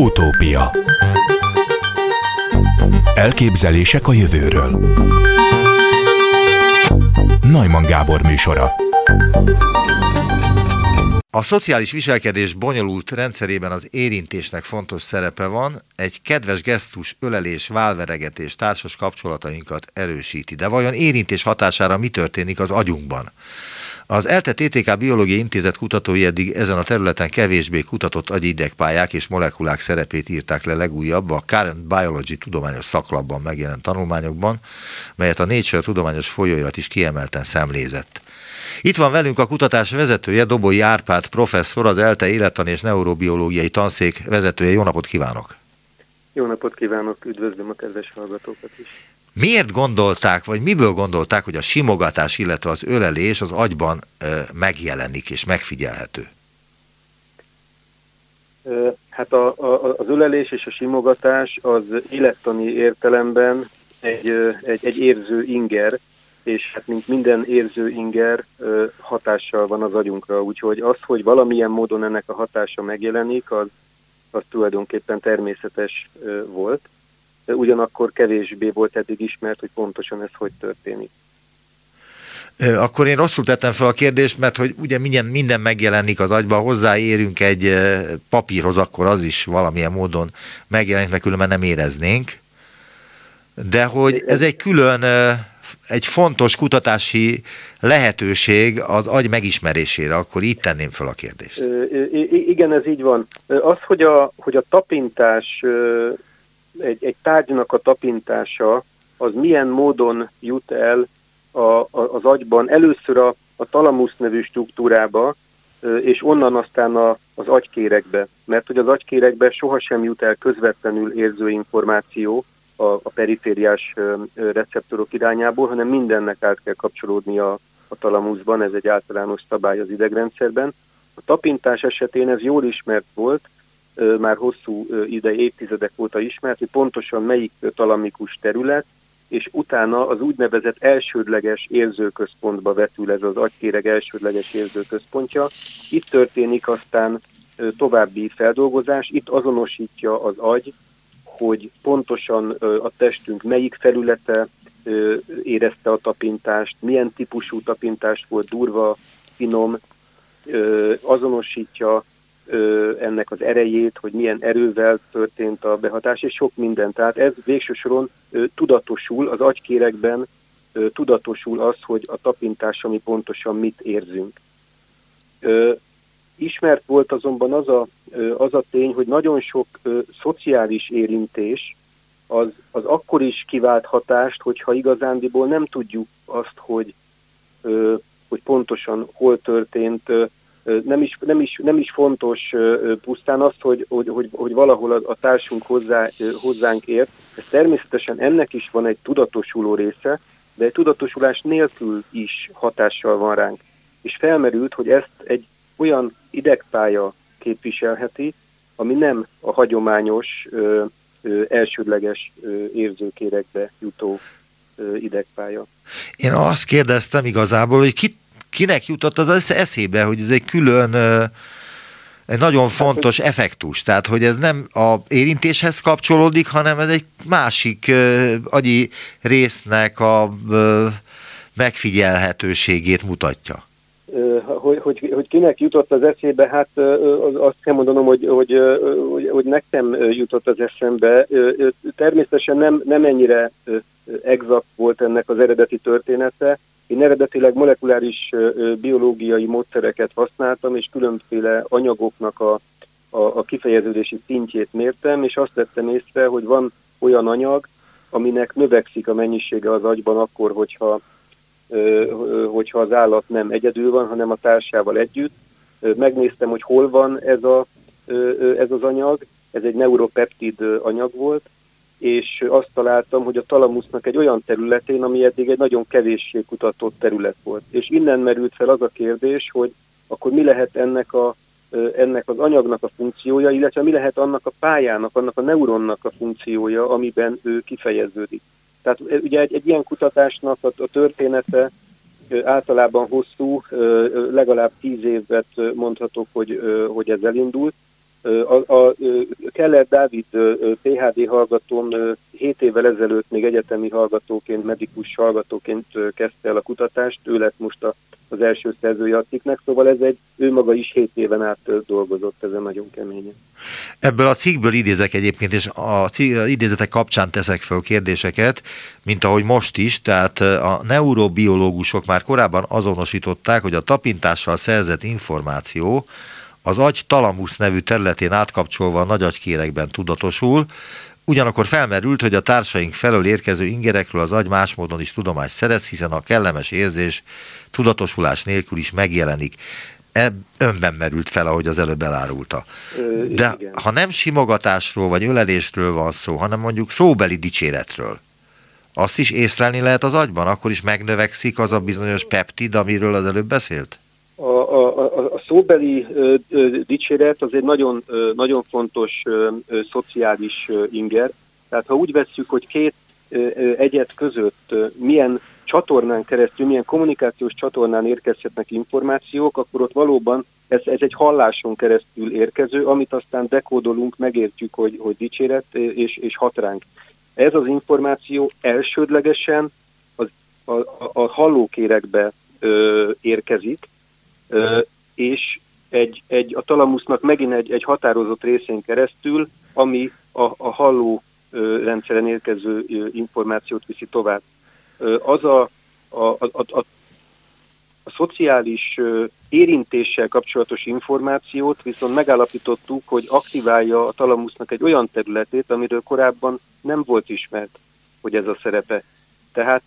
Utópia. Elképzelések a jövőről. Neumann Gábor műsora. A szociális viselkedés bonyolult rendszerében az érintésnek fontos szerepe van, egy kedves gesztus, ölelés, válveregetés társas kapcsolatainkat erősíti. De vajon érintés hatására mi történik az agyunkban? Az ELTE TTK Biológiai Intézet kutatói eddig ezen a területen kevésbé kutatott agyi idegpályák és molekulák szerepét írták le legújabb a Current Biology tudományos szaklapban megjelent tanulmányokban, melyet a Nature tudományos folyóirat is kiemelten szemlézett. Itt van velünk a kutatás vezetője, Doboly Árpád professzor, az ELTE élettani és neurobiológiai tanszék vezetője. Jó napot kívánok! Jó napot kívánok, üdvözlöm a kedves hallgatókat is! Miért gondolták, vagy miből gondolták, hogy a simogatás, illetve az ölelés az agyban megjelenik és megfigyelhető? Hát az ölelés és a simogatás az élettani értelemben egy érző inger, és hát mint minden érző inger hatással van az agyunkra, úgyhogy az, hogy valamilyen módon ennek a hatása megjelenik, az tulajdonképpen természetes volt. Ugyanakkor kevésbé volt eddig ismert, hogy pontosan ez hogy történik. Akkor én rosszul tettem fel a kérdést, mert hogy ugye minden megjelenik az agyban, hozzáérünk egy papírhoz, akkor az is valamilyen módon megjelenik, mert különben nem éreznénk. De hogy ez egy külön, egy fontos kutatási lehetőség az agy megismerésére, akkor így tenném fel a kérdést. Igen, ez így van. Az, hogy a tapintás, egy tárgynak a tapintása, az milyen módon jut el az agyban, először a talamusz nevű struktúrába, és onnan aztán az agykéregbe. Mert hogy az agykéregbe sohasem jut el közvetlenül érző információ a perifériás receptorok irányából, hanem mindennek át kell kapcsolódni a talamuszban, ez egy általános szabály az idegrendszerben. A tapintás esetén ez jól ismert volt, már hosszú évtizedek óta ismert, hogy pontosan melyik talamikus terület, és utána az úgynevezett elsődleges érzőközpontba vetül ez az agykéreg elsődleges érzőközpontja. Itt történik aztán további feldolgozás, itt azonosítja az agy, hogy pontosan a testünk melyik felülete érezte a tapintást, milyen típusú tapintást volt, durva, finom, azonosítja ennek az erejét, hogy milyen erővel történt a behatás, és sok minden. Tehát ez végső soron tudatosul, az agykéregben tudatosul az, hogy a tapintás, ami pontosan mit érzünk. Ismert volt azonban az a tény, hogy nagyon sok szociális érintés az akkor is kivált hatást, hogyha igazándiból nem tudjuk azt, hogy pontosan hol történt. Nem is fontos pusztán azt, hogy valahol a társunk hozzánk ért. Ez természetesen ennek is van egy tudatosuló része, de egy tudatosulás nélkül is hatással van ránk. És felmerült, hogy ezt egy olyan idegpálya képviselheti, ami nem a hagyományos, elsődleges érzőkéregbe jutó idegpálya. Én azt kérdeztem igazából, hogy kinek jutott az eszébe, hogy ez egy külön, egy nagyon fontos effektus, tehát hogy ez nem a érintéshez kapcsolódik, hanem ez egy másik agyi résznek a megfigyelhetőségét mutatja. Hogy kinek jutott az eszébe, hát azt kell mondanom, hogy nekem jutott az eszembe. Természetesen nem ennyire exakt volt ennek az eredeti története. Én eredetileg molekuláris biológiai módszereket használtam, és különféle anyagoknak a kifejeződési szintjét mértem, és azt vettem észre, hogy van olyan anyag, aminek növekszik a mennyisége az agyban akkor, hogyha az állat nem egyedül van, hanem a társával együtt. Megnéztem, hogy hol van ez az anyag, ez egy neuropeptid anyag volt, és azt találtam, hogy a talamusznak egy olyan területén, ami eddig egy nagyon kevéssé kutatott terület volt. És innen merült fel az a kérdés, hogy akkor mi lehet ennek az anyagnak a funkciója, illetve mi lehet annak a pályának, annak a neuronnak a funkciója, amiben ő kifejeződik. Tehát ugye egy ilyen kutatásnak a története általában hosszú, legalább 10 évet mondhatok, hogy ez elindult, A Keller Dávid PhD hallgatón 7 évvel ezelőtt még egyetemi hallgatóként, medikus hallgatóként kezdte el a kutatást, ő lett most az első szerzője a cikknek, szóval ő maga is 7 éven át dolgozott ezen nagyon keményen. Ebből a cikkből idézek egyébként, és a idézetek kapcsán teszek föl kérdéseket, mint ahogy most is, tehát a neurobiológusok már korábban azonosították, hogy a tapintással szerzett információ az agy talamusz nevű területén átkapcsolva a nagyagykéregben tudatosul, ugyanakkor felmerült, hogy a társaink felől érkező ingerekről az agy más módon is tudomást szerez, hiszen a kellemes érzés tudatosulás nélkül is megjelenik. Önben merült fel, ahogy az előbb elárulta. De igen. Ha nem simogatásról vagy ölelésről van szó, hanem mondjuk szóbeli dicséretről, azt is észlelni lehet az agyban? Akkor is megnövekszik az a bizonyos peptid, amiről az előbb beszélt? A szóbeli dicséret az egy nagyon, nagyon fontos szociális inger. Tehát ha úgy vesszük, hogy két egyed között milyen csatornán keresztül, milyen kommunikációs csatornán érkezhetnek információk, akkor ott valóban ez egy halláson keresztül érkező, amit aztán dekódolunk, megértjük, hogy dicséret, és hat ránk. Ez az információ elsődlegesen a hallókéregbe érkezik, és a talamusznak megint egy határozott részén keresztül, ami a halló rendszeren érkező információt viszi tovább. A szociális érintéssel kapcsolatos információt viszont megállapítottuk, hogy aktiválja a talamusznak egy olyan területét, amiről korábban nem volt ismert, hogy ez a szerepe. Tehát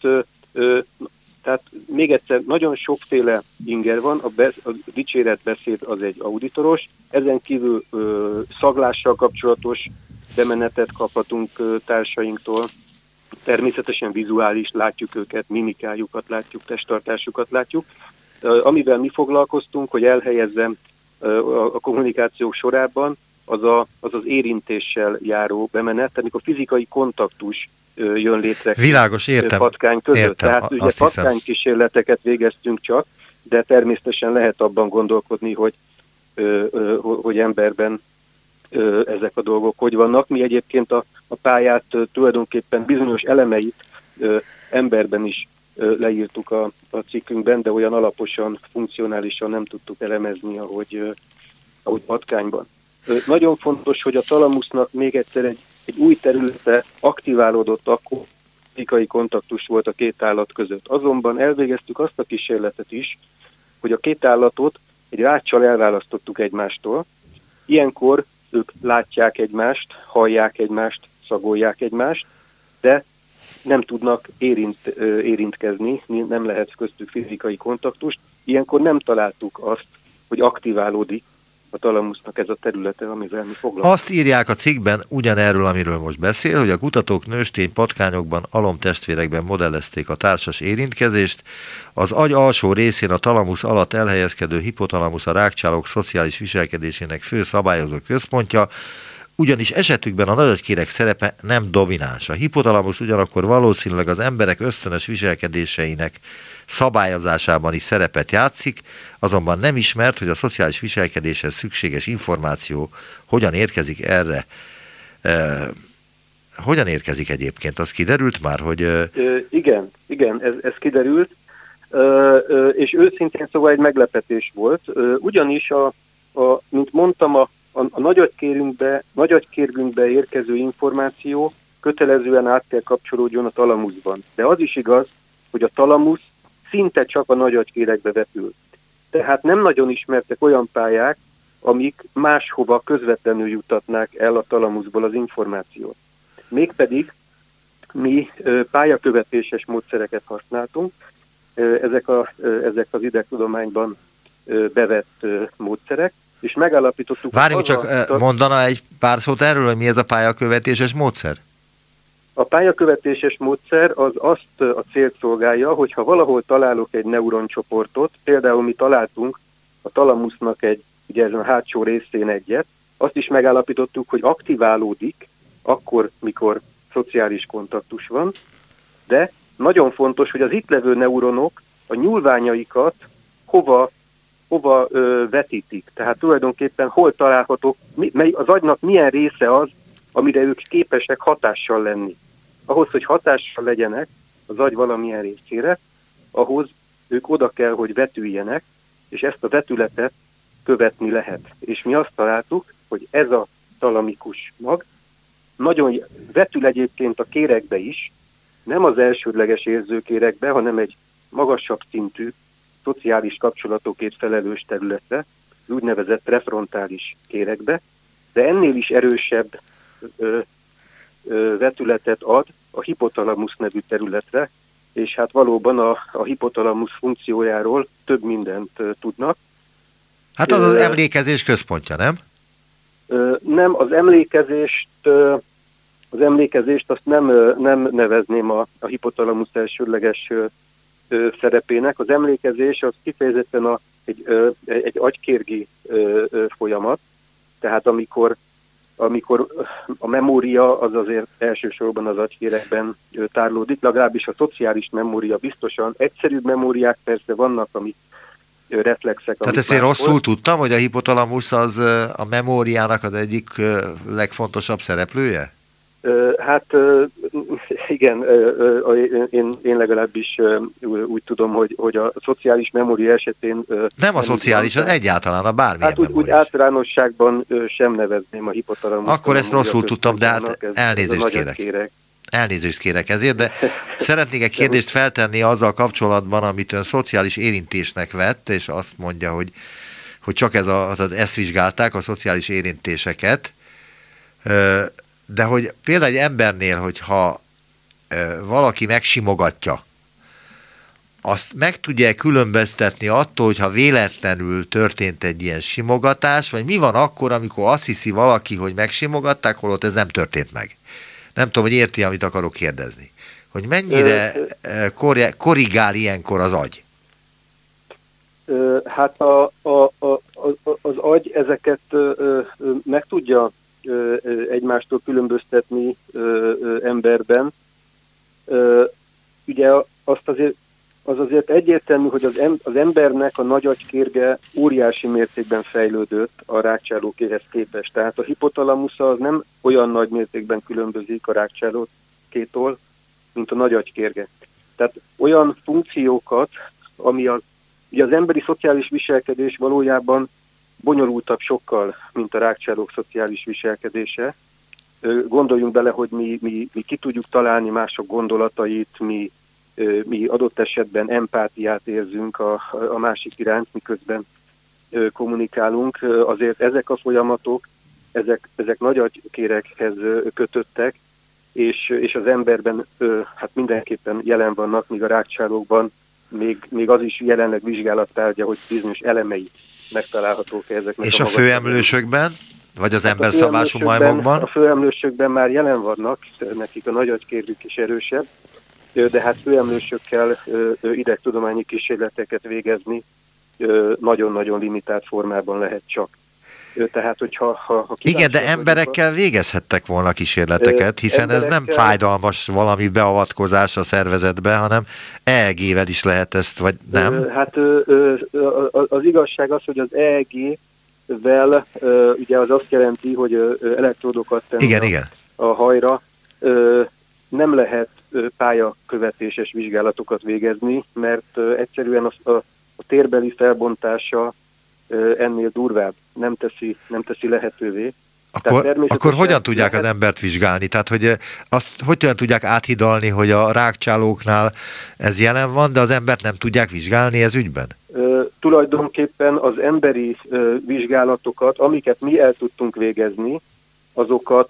még egyszer, nagyon sokféle inger van, a dicséretbeszéd az egy auditoros, ezen kívül szaglással kapcsolatos bemenetet kaphatunk társainktól, természetesen vizuális, látjuk őket, mimikájukat látjuk, testtartásukat látjuk. Amivel mi foglalkoztunk, hogy elhelyezzem a kommunikációk sorában, az érintéssel járó bemenet, amikor fizikai kontaktus jön létre. Világos, értem. Patkány között. Értem, Tehát ugye patkánykísérleteket végeztünk csak, de természetesen lehet abban gondolkodni, hogy emberben ezek a dolgok hogy vannak. Mi egyébként a pályát tulajdonképpen bizonyos elemeit emberben is leírtuk a cikkünkben, de olyan alaposan, funkcionálisan nem tudtuk elemezni, ahogy patkányban. Nagyon fontos, hogy a talamusznak még egyszer egy új területe aktiválódott, akkor fizikai kontaktus volt a két állat között. Azonban elvégeztük azt a kísérletet is, hogy a két állatot egy ráccsal elválasztottuk egymástól. Ilyenkor ők látják egymást, hallják egymást, szagolják egymást, de nem tudnak érintkezni, nem lehet köztük fizikai kontaktust. Ilyenkor nem találtuk azt, hogy aktiválódik a talamusznak ez a területe, amivel mi foglalkozunk. Azt írják a cikkben ugyanerről, amiről most beszél, hogy a kutatók nőstény patkányokban, alomtestvérekben modellezték a társas érintkezést. Az agy alsó részén a talamusz alatt elhelyezkedő hipotalamusz a rágcsálók szociális viselkedésének fő szabályozó központja, ugyanis esetükben a nagyagykéreg szerepe nem domináns. A hipotalamusz ugyanakkor valószínűleg az emberek ösztönös viselkedéseinek szabályozásában is szerepet játszik, azonban nem ismert, hogy a szociális viselkedéshez szükséges információ hogyan érkezik erre. Hogyan érkezik egyébként? Az kiderült már, hogy... Igen, ez kiderült, és őszintén szóval egy meglepetés volt, ugyanis mint mondtam, a nagyagykérgünkbe érkező információ kötelezően át kell kapcsolódjon a talamuszban. De az is igaz, hogy a talamusz szinte csak a nagyagykéregbe vetül. Tehát nem nagyon ismertek olyan pályák, amik máshova közvetlenül juttatnák el a talamuszból az információt. Mégpedig mi pályakövetéses módszereket használtunk, ezek az idegtudományban bevett módszerek, és megállapítottuk... Várjunk csak, mondana egy pár szót erről, hogy mi ez a pályakövetéses módszer? A pályakövetéses módszer az azt a célt szolgálja, hogyha valahol találok egy neuroncsoportot, például mi találtunk a talamusznak ugye ezen a hátsó részén egyet, azt is megállapítottuk, hogy aktiválódik akkor, mikor szociális kontaktus van, de nagyon fontos, hogy az itt levő neuronok a nyúlványaikat hova hova vetítik. Tehát tulajdonképpen hol találhatók, az agynak milyen része az, amire ők képesek hatással lenni. Ahhoz, hogy hatással legyenek az agy valamilyen részére, ahhoz ők oda kell, hogy vetüljenek, és ezt a vetületet követni lehet. És mi azt találtuk, hogy ez a talamikus mag nagyon vetül egyébként a kéregbe is, nem az elsődleges érzőkéregbe, hanem egy magasabb szintű szociális kapcsolatokért felelős területre, az úgynevezett prefrontális kéregbe, de ennél is erősebb vetületet ad a hipotalamusz nevű területre, és hát valóban a hipotalamusz funkciójáról több mindent tudnak. Hát az emlékezés központja, nem? Nem, az emlékezést azt nem nevezném a hipotalamusz elsődleges szerepének. Az emlékezés az kifejezetten egy agykérgi folyamat, tehát amikor a memória az azért elsősorban az agykéregben tárlódik, legalábbis a szociális memória biztosan. Egyszerűbb memóriák persze vannak, amik reflexek. Tehát ezt én rosszul tudtam, hogy a hipotalamusz az a memóriának az egyik legfontosabb szereplője? Hát igen, én legalábbis úgy tudom, hogy a szociális memória esetén... Nem a szociális, az egyáltalán a bármilyen hát úgy általánosságban sem nevezném a hipotalamus. Akkor ezt rosszul tudtam, de hát elnézést kérek. Elnézést kérek ezért, de szeretnék egy kérdést feltenni azzal kapcsolatban, amit ön szociális érintésnek vett, és azt mondja, hogy csak ezt vizsgálták, a szociális érintéseket, de hogy például egy embernél, hogyha valaki megsimogatja, azt meg tudja különböztetni attól, hogyha véletlenül történt egy ilyen simogatás, vagy mi van akkor, amikor azt hiszi valaki, hogy megsimogatták, holott ez nem történt meg. Nem tudom, hogy érti, amit akarok kérdezni. Hogy mennyire korrigál ilyenkor az agy? Hát az agy ezeket meg tudja egymástól különböztetni emberben. Ugye az azért egyértelmű, hogy az embernek a nagy agykérge óriási mértékben fejlődött a rákcsálókéhez képest. Tehát a hipotalamusza az nem olyan nagy mértékben különbözik a rákcsálókétól, mint a nagy agykérge. Tehát olyan funkciókat, ami ugye az emberi szociális viselkedés valójában bonyolultabb sokkal, mint a rákcsálók szociális viselkedése. Gondoljunk bele, hogy mi ki tudjuk találni mások gondolatait, mi adott esetben empátiát érzünk a másik iránt, miközben kommunikálunk. Azért ezek a folyamatok, ezek nagy agykéreghez kötöttek, és az emberben hát mindenképpen jelen vannak, míg a rákcsálókban még az is jelenleg vizsgálattárgya, hogy bizonyos elemei megtalálhatók ezeknek. És a főemlősökben? Vagy az emberszabású majmokban? A főemlősökben már jelen vannak, nekik a nagy agykérgük is erősebb, de hát főemlősökkel idegtudományi kísérleteket végezni nagyon-nagyon limitált formában lehet csak. Tehát, hogyha igen, de emberekkel végezhettek volna kísérleteket, hiszen ez nem fájdalmas valami beavatkozás a szervezetbe, hanem EEG-vel is lehet ezt, vagy nem? Hát az igazság az, hogy az EEG-vel ugye az azt jelenti, hogy elektródokat tenni a hajra, nem lehet pályakövetéses vizsgálatokat végezni, mert egyszerűen a térbeli felbontása ennél durvább, nem teszi lehetővé. Akkor hogyan tudják az embert vizsgálni? Tehát, hogy azt hogyan tudják áthidalni, hogy a rákcsálóknál ez jelen van, de az embert nem tudják vizsgálni ez ügyben? Tulajdonképpen az emberi vizsgálatokat, amiket mi el tudtunk végezni, azokat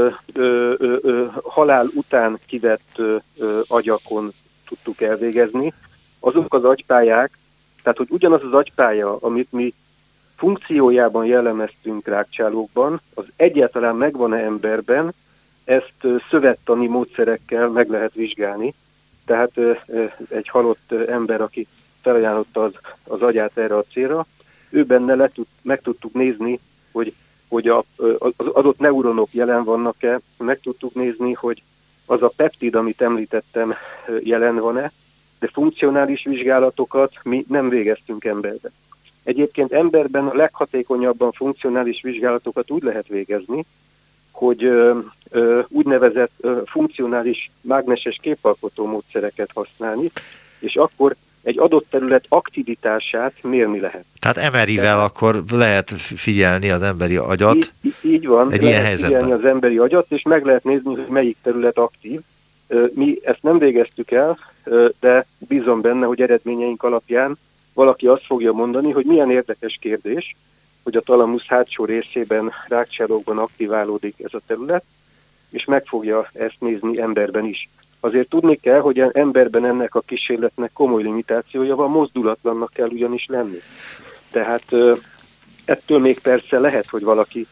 halál után kivett agyakon tudtuk elvégezni. Azok az agypályák, tehát hogy ugyanaz az agypálya, amit mi funkciójában jellemeztünk rákcsálókban, az egyáltalán megvan-e emberben, ezt szövettani módszerekkel meg lehet vizsgálni. Tehát egy halott ember, aki felajánlotta az agyát erre a célra, ő benne meg tudtuk nézni, hogy az adott neuronok jelen vannak-e, meg tudtuk nézni, hogy az a peptid, amit említettem, jelen van-e, de funkcionális vizsgálatokat mi nem végeztünk emberbe. Egyébként emberben a leghatékonyabban funkcionális vizsgálatokat úgy lehet végezni, hogy úgynevezett funkcionális mágneses képalkotó módszereket használni, és akkor egy adott terület aktivitását mérni lehet. Tehát MRI-vel akkor lehet figyelni az emberi agyat. Így van, egy ilyen lehet figyelni az emberi agyat, és meg lehet nézni, hogy melyik terület aktív. Mi ezt nem végeztük el, de bízom benne, hogy eredményeink alapján valaki azt fogja mondani, hogy milyen érdekes kérdés, hogy a talamusz hátsó részében, rákcsálókban aktiválódik ez a terület, és meg fogja ezt nézni emberben is. Azért tudni kell, hogy emberben ennek a kísérletnek komoly limitációja van, mozdulatlannak kell ugyanis lenni. Tehát ettől még persze lehet, hogy valaki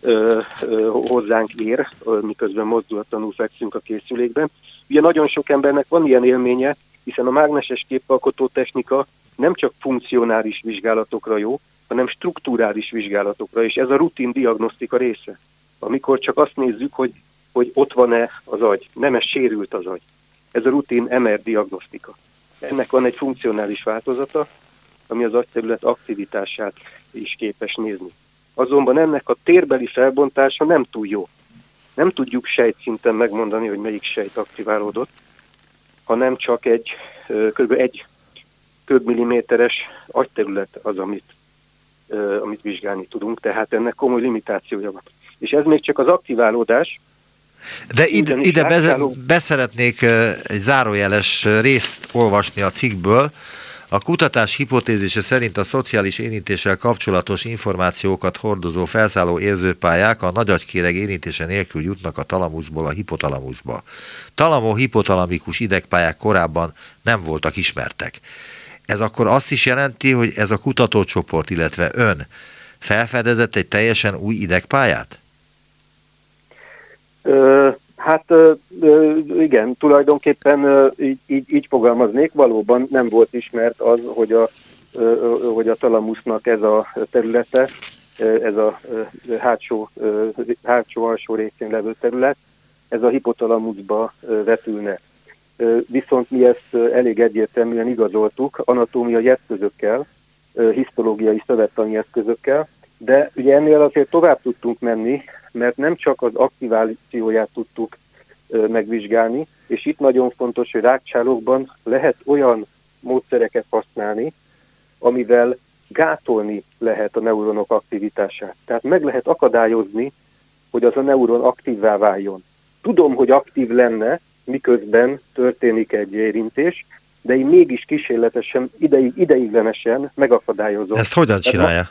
hozzánk ér, miközben mozdulatlanul fekszünk a készülékben. Ugye nagyon sok embernek van ilyen élménye, hiszen a mágneses képalkotó technika nem csak funkcionális vizsgálatokra jó, hanem strukturális vizsgálatokra, és ez a rutin diagnosztika része. Amikor csak azt nézzük, hogy ott van-e az agy, nem-e sérült az agy. Ez a rutin MR diagnosztika. Ennek van egy funkcionális változata, ami az agyterület aktivitását is képes nézni. Azonban ennek a térbeli felbontása nem túl jó. Nem tudjuk sejtszinten megmondani, hogy melyik sejt aktiválódott, hanem csak kb. egy köbmilliméteres agyterület az, amit vizsgálni tudunk, tehát ennek komoly limitációja van. És ez még csak az aktiválódás. De ide beszeretnék egy zárójeles részt olvasni a cikkből. A kutatás hipotézise szerint a szociális érintéssel kapcsolatos információkat hordozó felszálló érzőpályák a nagyagykéreg érintése nélkül jutnak a talamuszból a hipotalamuszba. Talamo-hipotalamikus idegpályák korábban nem voltak ismertek. Ez akkor azt is jelenti, hogy ez a kutatócsoport, illetve ön felfedezett egy teljesen új idegpályát? Igen, tulajdonképpen így fogalmaznék, valóban nem volt ismert az, hogy a talamusznak ez a területe, ez a hátsó alsó részén levő terület, ez a hipotalamuszba vetülne. Viszont mi ezt elég egyértelműen igazoltuk anatómiai eszközökkel, hisztológiai szövettani eszközökkel, de ugye ennél azért tovább tudtunk menni, mert nem csak az aktivációját tudtuk megvizsgálni, és itt nagyon fontos, hogy rákcsálókban lehet olyan módszereket használni, amivel gátolni lehet a neuronok aktivitását. Tehát meg lehet akadályozni, hogy az a neuron aktívvá váljon. Tudom, hogy aktív lenne, miközben történik egy érintés, de én mégis kísérletesen, ideiglenesen megakadályozom. Ezt hogyan csinálja?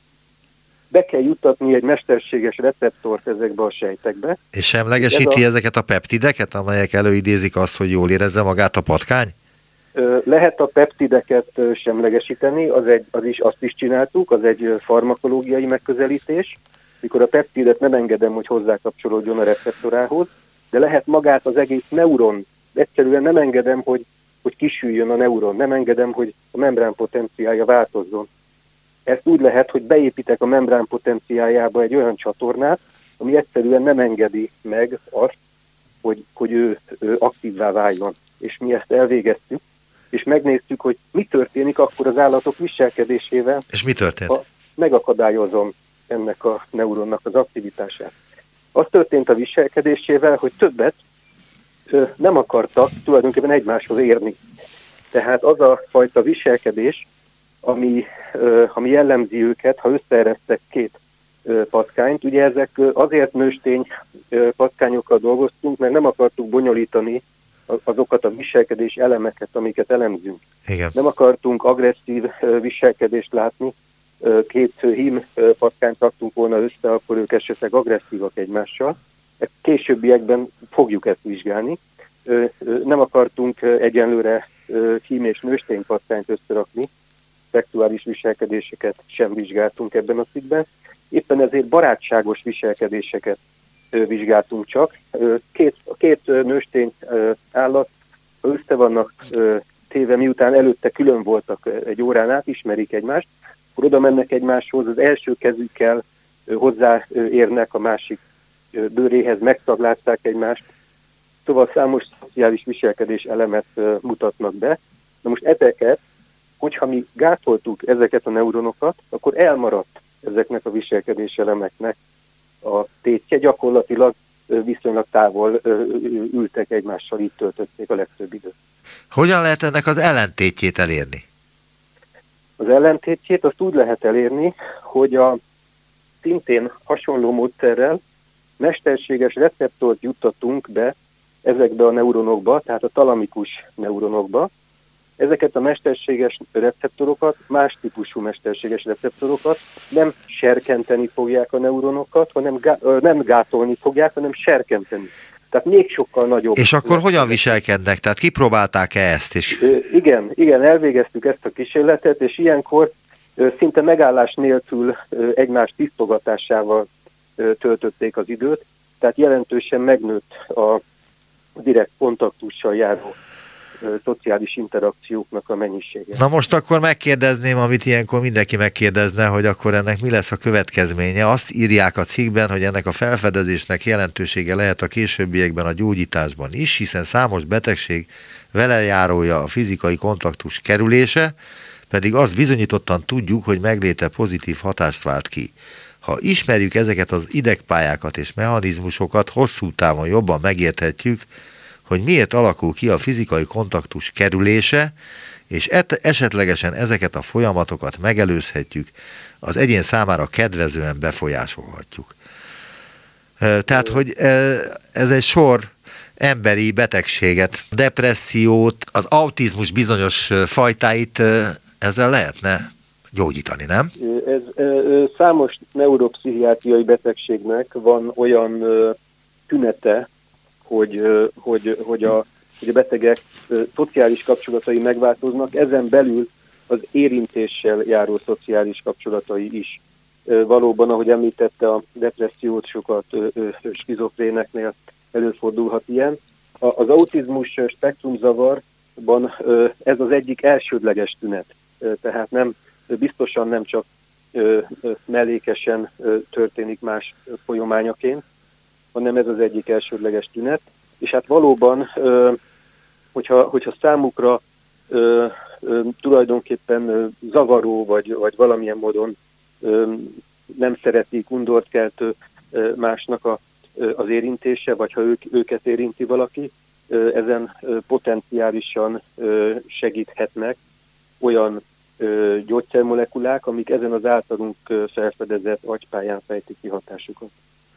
Be kell juttatni egy mesterséges receptort ezekbe a sejtekbe. És semlegesíti ezeket a peptideket, amelyek előidézik azt, hogy jól érezze magát a patkány? Lehet a peptideket semlegesíteni, azt is csináltuk, az egy farmakológiai megközelítés, mikor a peptidet nem engedem, hogy hozzákapcsolódjon a receptorához, de lehet magát az egész neuron, egyszerűen nem engedem, hogy kisüljön a neuron, nem engedem, hogy a membrán potenciálja változzon. Ezt úgy lehet, hogy beépítek a membrán potenciáljába egy olyan csatornát, ami egyszerűen nem engedi meg azt, hogy ő aktívvá váljon. És mi ezt elvégeztük, és megnéztük, hogy mi történik akkor az állatok viselkedésével. És mi történt? Megakadályozom ennek a neuronnak az aktivitását. Az történt a viselkedésével, hogy többet nem akartak tulajdonképpen egymáshoz érni. Tehát az a fajta viselkedés, ami jellemzi őket, ha összeeresztek két patkányt. Ugye ezek azért nőstény patkányokkal dolgoztunk, mert nem akartuk bonyolítani azokat a viselkedés elemeket, amiket elemzünk. Igen. Nem akartunk agresszív viselkedést látni. Két hím patkányt raktunk volna össze, akkor ők esetleg agresszívak egymással. Későbbiekben fogjuk ezt vizsgálni. Nem akartunk egyenlőre hím és nőstény patkányt összerakni, szexuális viselkedéseket sem vizsgáltunk ebben a cikkben. Éppen ezért barátságos viselkedéseket vizsgáltunk csak. Két nőstény állat össze vannak téve, miután előtte külön voltak egy órán át, ismerik egymást, akkor oda mennek egymáshoz, az első kezükkel hozzáérnek a másik bőréhez, megtaglázták egymást, szóval számos szociális viselkedés elemet mutatnak be. Na most ezeket hogyha mi gátoltuk ezeket a neuronokat, akkor elmaradt ezeknek a viselkedéselemeknek a tétje, gyakorlatilag viszonylag távol ültek egymással, így töltötték a legtöbb időt. Hogyan lehet ennek az ellentétjét elérni? Az ellentétjét azt úgy lehet elérni, hogy a szintén hasonló módszerrel mesterséges receptort juttatunk be ezekbe a neuronokba, tehát a talamikus neuronokba. Ezeket a mesterséges receptorokat, más típusú mesterséges receptorokat nem serkenteni fogják a neuronokat, hanem nem gátolni fogják, hanem serkenteni. Tehát még sokkal nagyobb. És akkor hogyan viselkednek? Tehát kipróbálták-e ezt is? Igen, elvégeztük ezt a kísérletet, és ilyenkor szinte megállás nélkül egymás tisztogatásával töltötték az időt, tehát jelentősen megnőtt a direkt kontaktussal járó szociális interakcióknak a mennyisége. Na most akkor megkérdezném, amit ilyenkor mindenki megkérdezne, hogy akkor ennek mi lesz a következménye. Azt írják a cikkben, hogy ennek a felfedezésnek jelentősége lehet a későbbiekben a gyógyításban is, hiszen számos betegség velejárója a fizikai kontaktus kerülése, pedig azt bizonyítottan tudjuk, hogy megléte pozitív hatást vált ki. Ha ismerjük ezeket az idegpályákat és mechanizmusokat, hosszú távon jobban megérthetjük, hogy miért alakul ki a fizikai kontaktus kerülése, és esetlegesen ezeket a folyamatokat megelőzhetjük, az egyén számára kedvezően befolyásolhatjuk. Tehát, hogy ez egy sor emberi betegséget, depressziót, az autizmus bizonyos fajtáit ezzel lehetne gyógyítani, nem? Számos neuropszichiátriai betegségnek van olyan tünete, hogy a betegek szociális kapcsolatai megváltoznak, ezen belül az érintéssel járó szociális kapcsolatai is. Valóban, ahogy említette, a depressziót sokat skizofréneknél előfordulhat ilyen. Az autizmus spektrumzavarban ez az egyik elsődleges tünet, tehát biztosan nem csak mellékesen történik más folyamányaként, hanem ez az egyik elsődleges tünet. És hát valóban, hogyha számukra tulajdonképpen zavaró, vagy valamilyen módon nem szeretik, undort keltő másnak az érintése, vagy ha őket érinti valaki, ezen potenciálisan segíthetnek olyan gyógyszermolekulák, amik ezen az általunk felfedezett agypályán fejtik ki hatásukat.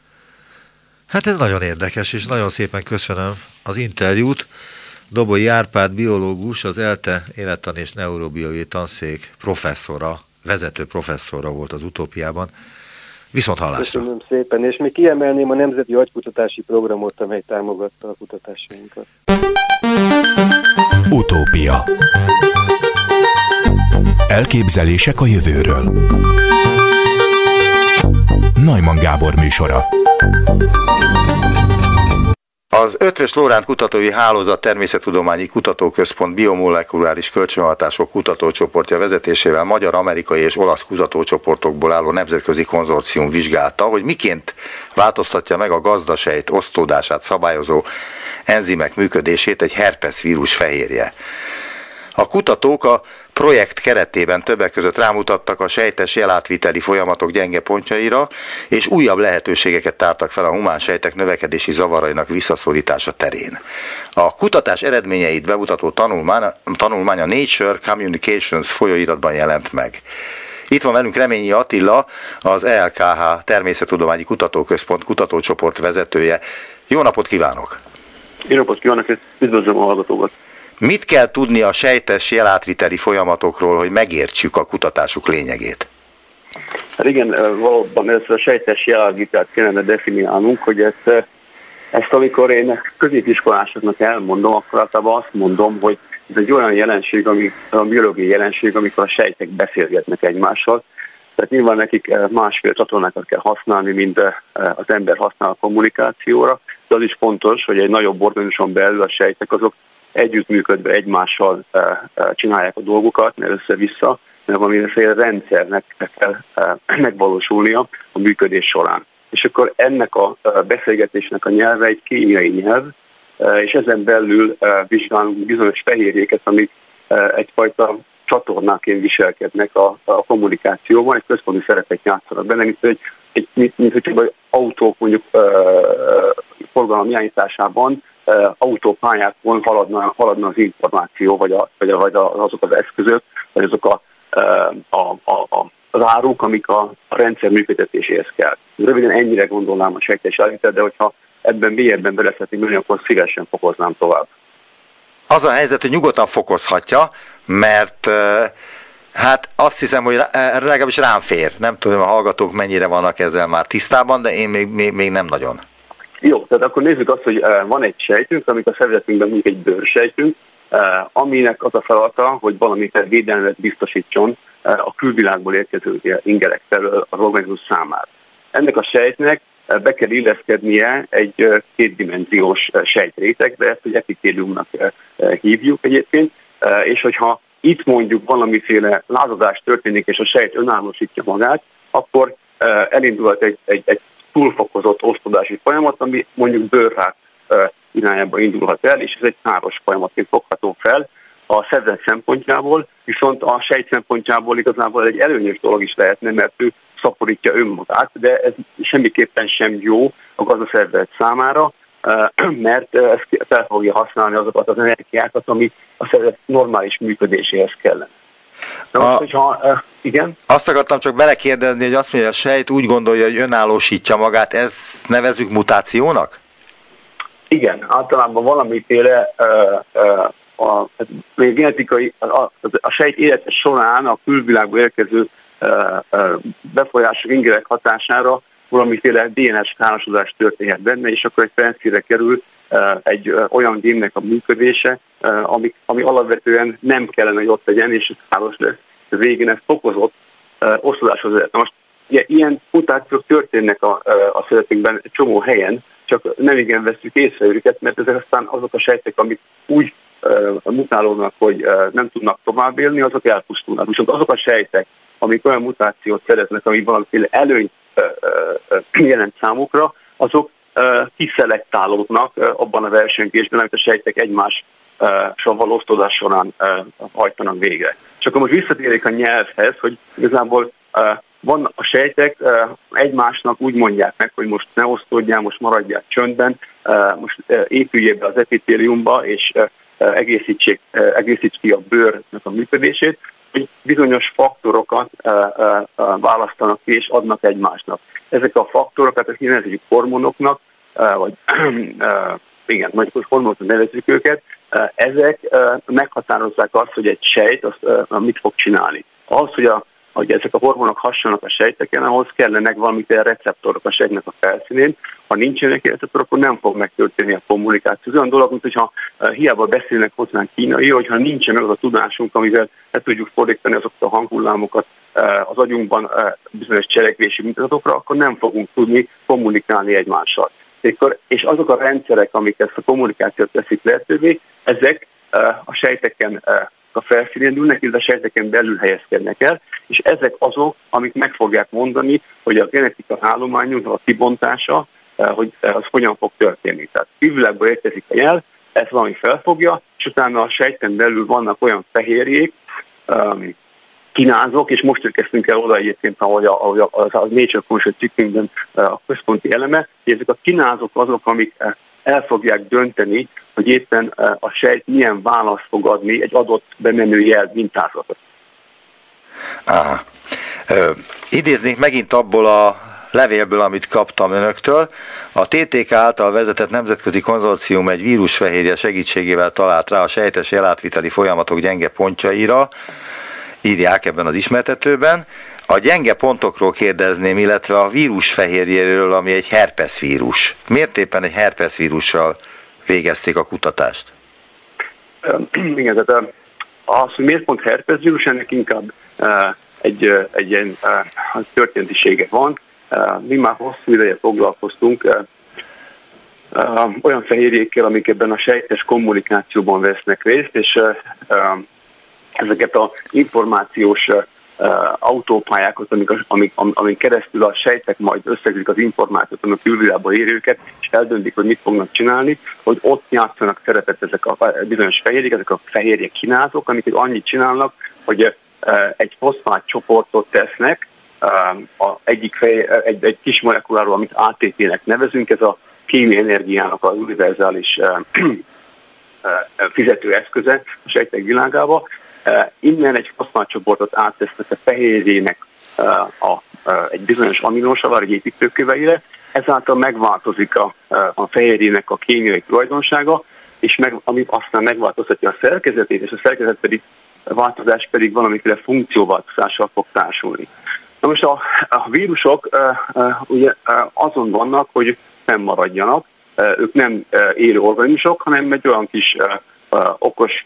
Hát ez nagyon érdekes, és nagyon szépen köszönöm az interjút. Dobói Árpád biológus, az ELTE élettan és neurobiológiai tanszék professzora, vezető professzora volt az Utópiában. Viszont hallásra. Köszönöm szépen, és még kiemelném a Nemzeti Agykutatási Programot, amely támogatta a kutatásainkat. Utópia. Elképzelések a jövőről. Neumann Gábor műsora. Az Eötvös Loránd Kutatói Hálózat Természettudományi Kutatóközpont biomolekuláris kölcsönhatások kutatócsoportja vezetésével magyar, amerikai és olasz kutatócsoportokból álló nemzetközi konzorcium vizsgálta, hogy miként változtatja meg a gazdasejt osztódását szabályozó enzimek működését egy herpes-vírus fehérje. A kutatók a projekt keretében többek között rámutattak a sejtes jelátviteli folyamatok gyenge pontjaira, és újabb lehetőségeket tártak fel a humán sejtek növekedési zavarainak visszaszorítása terén. A kutatás eredményeit bemutató tanulmány a Nature Communications folyóiratban jelent meg. Itt van velünk Reményi Attila, az ELKH Természettudományi Kutatóközpont kutatócsoport vezetője. Jó napot kívánok! Jó napot kívánok, és üdvözlöm a hallgatókat! Mit kell tudni a sejtes jelátviteli folyamatokról, hogy megértsük a kutatásuk lényegét? Hát igen, valóban ezt a sejtes jelátvitelt kellene definiálnunk, hogy ezt amikor én középiskolásoknak elmondom, akkor általában azt mondom, hogy ez egy olyan jelenség, a biológiai jelenség, amikor a sejtek beszélgetnek egymással. Tehát nyilván nekik másfél csatornákat kell használni, mint az ember használ a kommunikációra, de az is fontos, hogy egy nagyobb organizmuson belül a sejtek azok együttműködve egymással csinálják a dolgokat, mert össze-vissza, mert valamiféle rendszernek kell megvalósulnia a működés során. És akkor ennek a beszélgetésnek a nyelve egy kémiai nyelv, és ezen belül vizsgálunk bizonyos fehérjéket, amik egyfajta csatornáként viselkednek a kommunikációban, egy központi szerepet játszanak benne, mint hogy autók mondjuk forgalom irányításában autópályákon haladna az információ, vagy azok az eszközök, vagy azok az áruk, amik a rendszer működtetéséhez kell. Röviden ennyire gondolnám a sejtes jelentést, de hogyha ebben mélyebben bele szeretnék menni, akkor szívesen fokoznám tovább. Az a helyzet, hogy nyugodtan fokozhatja, mert hát azt hiszem, hogy legalábbis rám fér. Nem tudom, a hallgatók mennyire vannak ezzel már tisztában, de én még nem nagyon. Jó, tehát akkor nézzük azt, hogy van egy sejtünk, amik a szervezetünkben mondjuk egy bőrsejtünk, aminek az a feladata, hogy valamiféle védelmet biztosítson a külvilágból érkező ingerek felől az organizmus számára. Ennek a sejtnek be kell illeszkednie egy kétdimenziós sejtrétegbe, ezt egy epitéliumnak hívjuk egyébként, és hogyha itt mondjuk valamiféle lázadás történik, és a sejt önállósítja magát, akkor elindulhat egy túlfokozott osztodási folyamat, ami mondjuk bőrrák irányába indulhat el, és ez egy káros folyamatként fogható fel a szervezet szempontjából, viszont a sejt szempontjából igazából egy előnyös dolog is lehetne, mert ő szaporítja önmagát, de ez semmiképpen sem jó a gazdaszervezet számára, mert ez fel fogja használni azokat az energiákat, ami a szervezet normális működéséhez kellene. Igen? Azt akartam csak belekérdezni, hogy azt mondja, a sejt úgy gondolja, hogy önállósítja magát, ezt nevezzük mutációnak? Igen, általában valamiféle genetikai, a sejt élete során a külvilágból érkező befolyások, ingerek hatására valamiféle DNS károsodás történhet benne, és akkor egy felszínre kerül egy olyan génnek a működése, ami alapvetően nem kellene, hogy ott legyen, és ez káros lesz. Végén ez fokozott osztozáshoz vezet. Most ilyen mutációk történnek a szervezetünkben egy csomó helyen, csak nem igen veszük észre őket, mert ezek aztán azok a sejtek, amik úgy mutálódnak, hogy nem tudnak tovább élni, azok elpusztulnak. Viszont azok a sejtek, amik olyan mutációt szereznek, ami valamiféle előnyt jelent számukra, azok kiszelektálódnak abban a versengésben, amit a sejtek egymással való osztozás során hajtanak végre. És akkor most visszatérjük a nyelvhez, hogy igazából van a sejtek egymásnak úgy mondják meg, hogy most ne osztódjál, most maradjál csöndben, most épüljél be az epitéliumba, és egészíts ki a bőrnek a működését, hogy bizonyos faktorokat választanak ki és adnak egymásnak. Ezek a faktorokat, ezt nevezzük hormonoknak, vagy igen, majd hormonoknak nevezzük őket, ezek meghatározzák azt, hogy egy sejt mit fog csinálni. Ahhoz, hogy ezek a hormonok hasonlnak a sejteken, ahhoz kellenek valamiféle receptorok a sejtnek a felszínén. Ha nincsenek receptorok, akkor nem fog megtörténni a kommunikáció. Ez olyan dolog, mint hogyha hiába beszélnek hozzánk kínai, hogyha nincsen meg az a tudásunk, amivel le tudjuk fordítani azokat a hanghullámokat az agyunkban bizonyos cselekvési mintatokra, akkor nem fogunk tudni kommunikálni egymással. És azok a rendszerek, amik ezt a kommunikációt teszik lehetővé, ezek a sejteken a felszínén ülnek, illetve a sejteken belül helyezkednek el, és ezek azok, amik meg fogják mondani, hogy a genetika állományunk, a kibontása, hogy az hogyan fog történni. Tehát külvilágból érkezik a jel, ezt valami felfogja, és utána a sejten belül vannak olyan fehérjék, kinázok, és most érkeztünk el oda egyébként, ahogy a Nature Conscious cikkünkben a központi eleme, hogy ezek a kinázok azok, amik el fogják dönteni, hogy éppen a sejt milyen választ fog adni egy adott bemenő jel mintázatot. Idéznék megint abból a levélből, amit kaptam önöktől. A TTK által vezetett nemzetközi konzorcium egy vírusfehérje segítségével talált rá a sejtes jelátviteli folyamatok gyenge pontjaira, írják ebben az ismertetőben. A gyenge pontokról kérdezném, illetve a vírusfehérjéről, ami egy herpeszvírus. Miért éppen egy herpeszvírussal végezték a kutatást? Igen, tehát az, hogy miért pont herpeszvírus, ennek inkább egy ilyen történetisége van. Mi már hosszú ideje foglalkoztunk olyan fehérjékkel, amik ebben a sejtes kommunikációban vesznek részt, és ezeket az információs autópályákat, amik keresztül a sejtek majd összegzik az információt, amik külvilágból ér őket, és eldöntik, hogy mit fognak csinálni, hogy ott játszanak szerepet ezek a bizonyos fehérjék, ezek a fehérjék kinázók, amik annyit csinálnak, hogy egy foszfát csoportot tesznek, egy kis molekuláról, amit ATP-nek nevezünk, ez a kémiai energiának az univerzális fizetőeszköze a sejtek világába. Innen egy foszfátcsoportot áttesznek a fehérjének egy bizonyos aminósavar, egy építőköveire, ezáltal megváltozik a fehérjének a kémiai tulajdonsága, és ami aztán megváltoztatja a szerkezetét, és a szerkezet pedig a változás pedig valamiféle funkcióváltozással fog társulni. Na most a vírusok ugye azon vannak, hogy fennmaradjanak, ők nem élő organizmusok, hanem egy olyan kis okos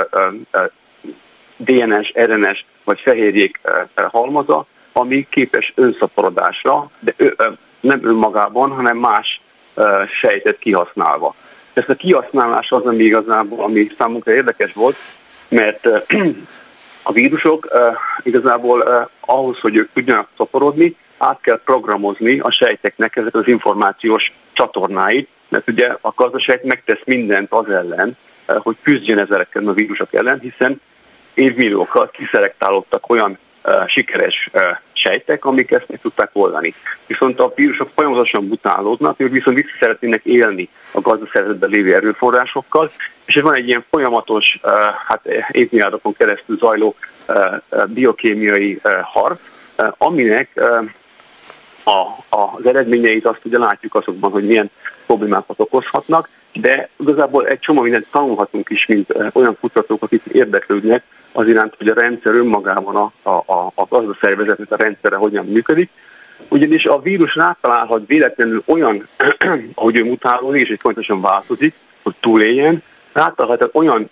DNS, RNS vagy fehérjék halmaza, ami képes önszaporodásra, de nem önmagában, hanem más sejtet kihasználva. Ezt a kihasználás az, ami igazából, ami számunkra érdekes volt, mert a vírusok igazából ahhoz, hogy ők tudjanak szaporodni, át kell programozni a sejteknek ezek az információs csatornáit, mert ugye a gazdaság megtesz mindent az ellen, hogy küzdjön ezekkel a vírusok ellen, hiszen évmilliókkal kiszelektálódtak olyan sikeres sejtek, amik ezt meg tudták oldani. Viszont a vírusok folyamatosan mutálódnak, ők viszont vissza szeretnének élni a gazdaszervezetben lévő erőforrásokkal, és ez van egy ilyen folyamatos, évmilliárdokon keresztül zajló biokémiai harc, aminek az eredményeit azt ugye látjuk azokban, hogy milyen problémákat okozhatnak, de igazából egy csomó mindent tanulhatunk is, mint olyan kutatók, akik érdeklődnek az iránt, hogy a rendszer önmagában a gazdaszervezetnek a rendszere hogyan működik. Ugyanis a vírus rátalálhat véletlenül olyan, ahogy ő mutálódik, és pontosan változik, hogy túléljen, rátalálhat olyan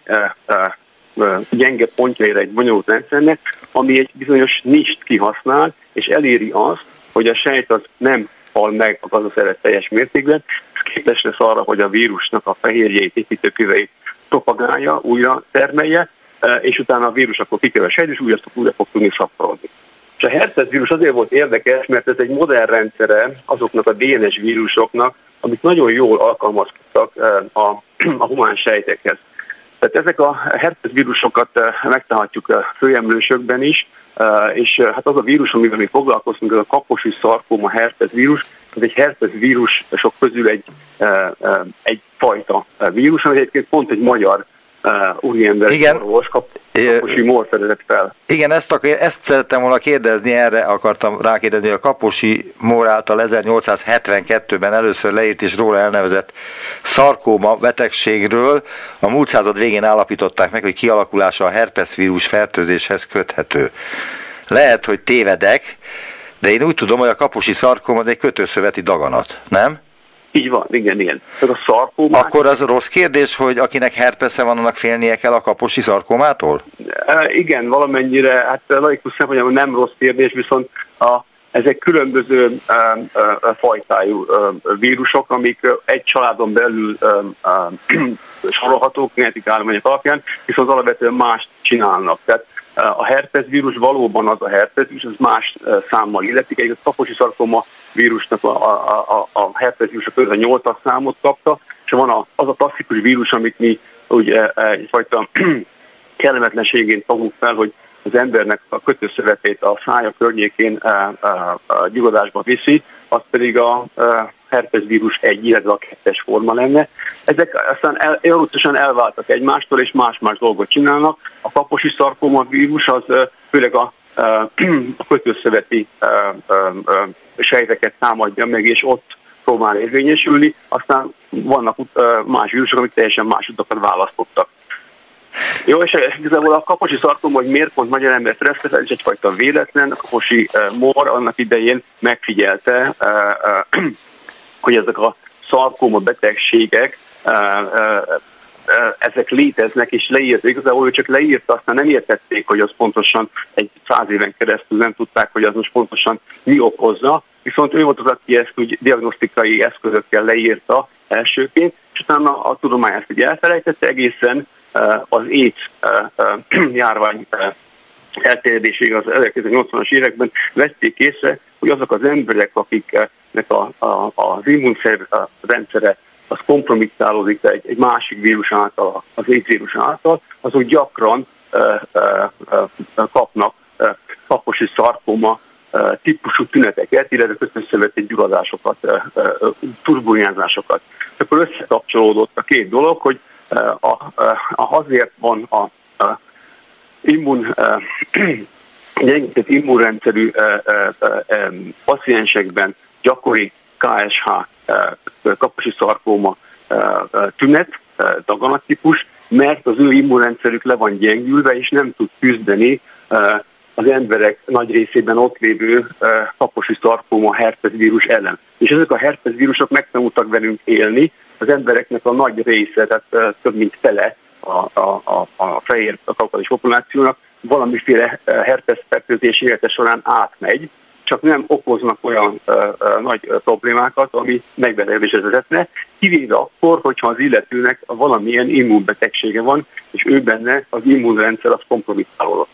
gyenge pontjaira egy bonyolult rendszernek, ami egy bizonyos nist kihasznál, és eléri azt, hogy a sejt az nem hal meg a gazdaszervezet teljes mértékben, képes lesz arra, hogy a vírusnak a fehérjeit, építőköveit propagálja, újra termelje, és utána a vírus akkor kikerül a sejt, és újra fog tudni szaporodni. És a herpes vírus azért volt érdekes, mert ez egy modern rendszere azoknak a DNS vírusoknak, amik nagyon jól alkalmazkodtak a humán sejtekhez. Tehát ezek a herpes vírusokat megtalálhatjuk a főemlősökben is, és hát az a vírus, amivel mi foglalkoztunk, ez a kaposi szarkóma herpes vírus, ez egy herpes vírusok közül egy fajta vírus, ami egyébként pont egy magyar úriember orvos, Kaposi Mór fedezett fel. Igen, ezt szerettem volna kérdezni, erre akartam rákérdezni, hogy a Kaposi Mór által 1872-ben először leírt és róla elnevezett szarkóma betegségről a múlt század végén állapították meg, hogy kialakulása a herpesvírus fertőzéshez köthető. Lehet, hogy tévedek, de én úgy tudom, hogy a kaposi szarkóma egy kötőszöveti daganat, nem? Így van, igen. Ez a szarkómát... Akkor az rossz kérdés, hogy akinek herpesze van, annak félnie kell a kaposi szarkómától? Igen, valamennyire, hát laikus szempontjából nem rossz kérdés, viszont ezek különböző fajtájú vírusok, amik egy családon belül sorolhatók genetik állományok alapján, viszont alapvetően mást csinálnak. Tehát a herpes vírus valóban az a herpes vírus, az más számmal illetik. Egy kaposi szarkóma vírusnak a herpes vírusok közül a 8-as számot kapta, és van az a klasszikus vírus, amit mi ugye egyfajta kellemetlenségén fogunk fel, hogy az embernek a kötőszövetét a szája környékén gyulladásba viszi, az pedig a herpes vírus 1, illetve a 2-es forma lenne. Ezek aztán evolúciósan elváltak egymástól, és más-más dolgot csinálnak. A kaposi szarkóma vírus az főleg a kötőszöveti sejteket támadja meg, és ott próbál érvényesülni. Aztán vannak más vírusok, amik teljesen más utakat választottak. Jó, és igazából a kaposi szarkóma, hogy miért pont magyar ember szerezte, ez egyfajta véletlen. A Kaposi Mór annak idején megfigyelte, hogy ezek a szarkóma betegségek ezek léteznek, és leírta. Igazából ő csak leírta, aztán nem értették, hogy az pontosan egy 100 éven keresztül nem tudták, hogy az most pontosan mi okozza. Viszont ő volt az, aki ezt úgy diagnosztikai eszközökkel leírta elsőként, és utána a tudomány ezt ugye elfelejtette egészen az AIDS járvány elterjedéséig az 1980-as években vették észre, hogy azok az emberek, akiknek az immunrendszere az kompromittálódik egy másik vírus által, az AIDS vírus által, azok gyakran kapnak kaposi szarkóma típusú tüneteket, illetve kötőszövetei gyulladásokat, turbuljázásokat. Akkor összekapcsolódott a két dolog, hogy azért van a gyengített immunrendszerű paciensekben gyakori KSH, kaposi szarkóma tünet, daganattípus, mert az ő immunrendszerük le van gyengülve, és nem tud küzdeni az emberek nagy részében ott lévő kaposi szarkóma herpes vírus ellen. És ezek a herpes vírusok megtanultak velünk élni, az embereknek a nagy része, tehát több mint fele a fehér kaukázus populációnak valamiféle herpes fertőzés élete során átmegy, csak nem okoznak olyan nagy problémákat, ami megbetegedésre vezetne, kivéve akkor, hogyha az illetőnek valamilyen immunbetegsége van, és ő benne az immunrendszer az kompromittálódott.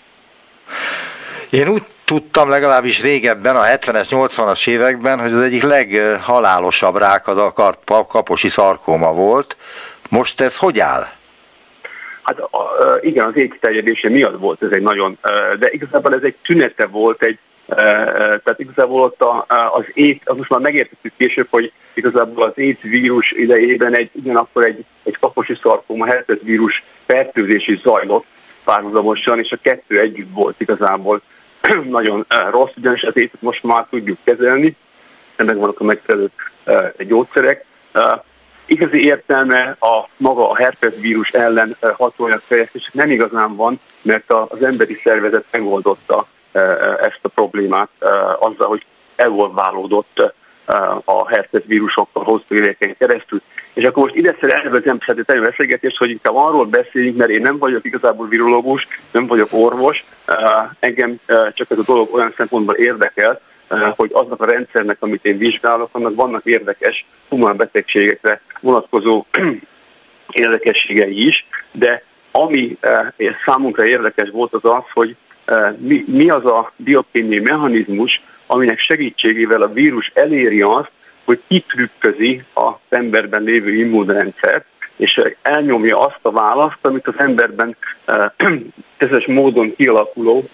Én úgy tudtam legalábbis régebben, a 70-es, 80-as években, hogy az egyik leghalálosabb rák az a kaposi szarkóma volt. Most ez hogy áll? Hát igen, az égi terjedése miatt volt ez egy nagyon, de igazából ez egy tünete volt, tehát igazából ott az most már megértettük később, hogy igazából az AIDS vírus idejében ugyanakkor egy kaposi szarkóma herpes vírus fertőzés is zajlott párhuzamosan, és a kettő együtt volt igazából nagyon rossz, ugyanis az AIDS-et most már tudjuk kezelni, megvannak a megfelelő gyógyszerek. Igazi értelme maga a herpes vírus ellen hatóanyag fejlesztés nem igazán van, mert az emberi szervezet megoldotta ezt a problémát azzal, hogy evolválódott a herpes vírusokkal hosszú éveken keresztül. És akkor most ide elvezem egy beszélgetést, hogy inkább arról beszéljünk, mert én nem vagyok igazából virológus, nem vagyok orvos, engem csak ez a dolog olyan szempontból érdekel, hogy aznak a rendszernek, amit én vizsgálok, annak vannak érdekes humán betegségekre vonatkozó érdekességei is, de ami számunkra érdekes volt az az, hogy mi az a biokémiai mechanizmus, aminek segítségével a vírus eléri azt, hogy kitrükközi az emberben lévő immunrendszert, és elnyomja azt a választ, amit az emberben közös módon kialakuló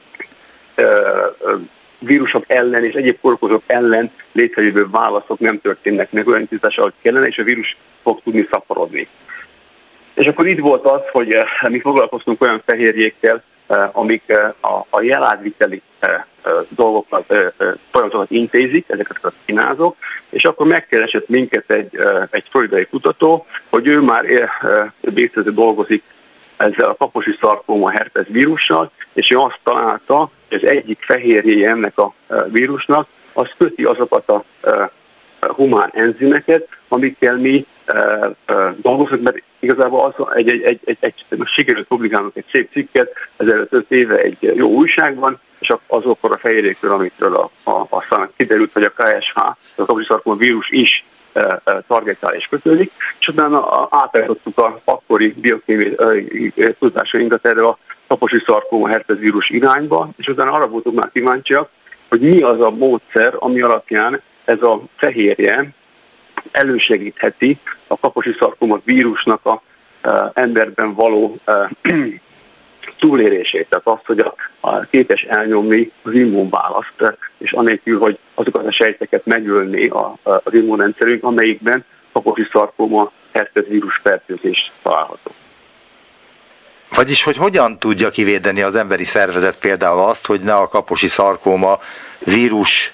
vírusok ellen és egyéb kórokozók ellen létrejövő válaszok nem történnek meg olyan intenzítással, ahogy kellene, és a vírus fog tudni szaporodni. És akkor itt volt az, hogy mi foglalkoztunk olyan fehérjékkel, amik a jelátviteli dolgokat, folyamatokat intézik, ezeket a kinázok, és akkor megkeresett minket egy floridai kutató, hogy ő már évtizedekig dolgozik ezzel a kaposi szarkóma herpes vírussal, és ő azt találta, hogy az egyik fehérjéje ennek a vírusnak, az köti azokat a humán enzimeket, amikkel mi dolgozunk, mert igazából sikerült publikálnunk egy szép cikket, ezelőtt 5 éve egy jó újságban, és azokról a fehérjékről, amikről aztán kiderült, hogy a KSH, a kaposi szarkóma vírus is targetál és kötődik, és utána átállítottuk az akkori biokémiai tudásainkat erre a kaposi szarkóma herpes vírus irányba, és utána arra voltunk már kíváncsiak, hogy mi az a módszer, ami alapján ez a fehérje elősegítheti a kaposi szarkóma vírusnak a emberben való túlélését, tehát azt, hogy képes elnyomni az immunválaszt, és anélkül, hogy azokat a sejteket megölni az immunrendszerünk, amelyikben kaposi szarkóma herpes vírus fertőzés található. Vagyis, hogy hogyan tudja kivédeni az emberi szervezet például azt, hogy ne a kaposi szarkóma vírus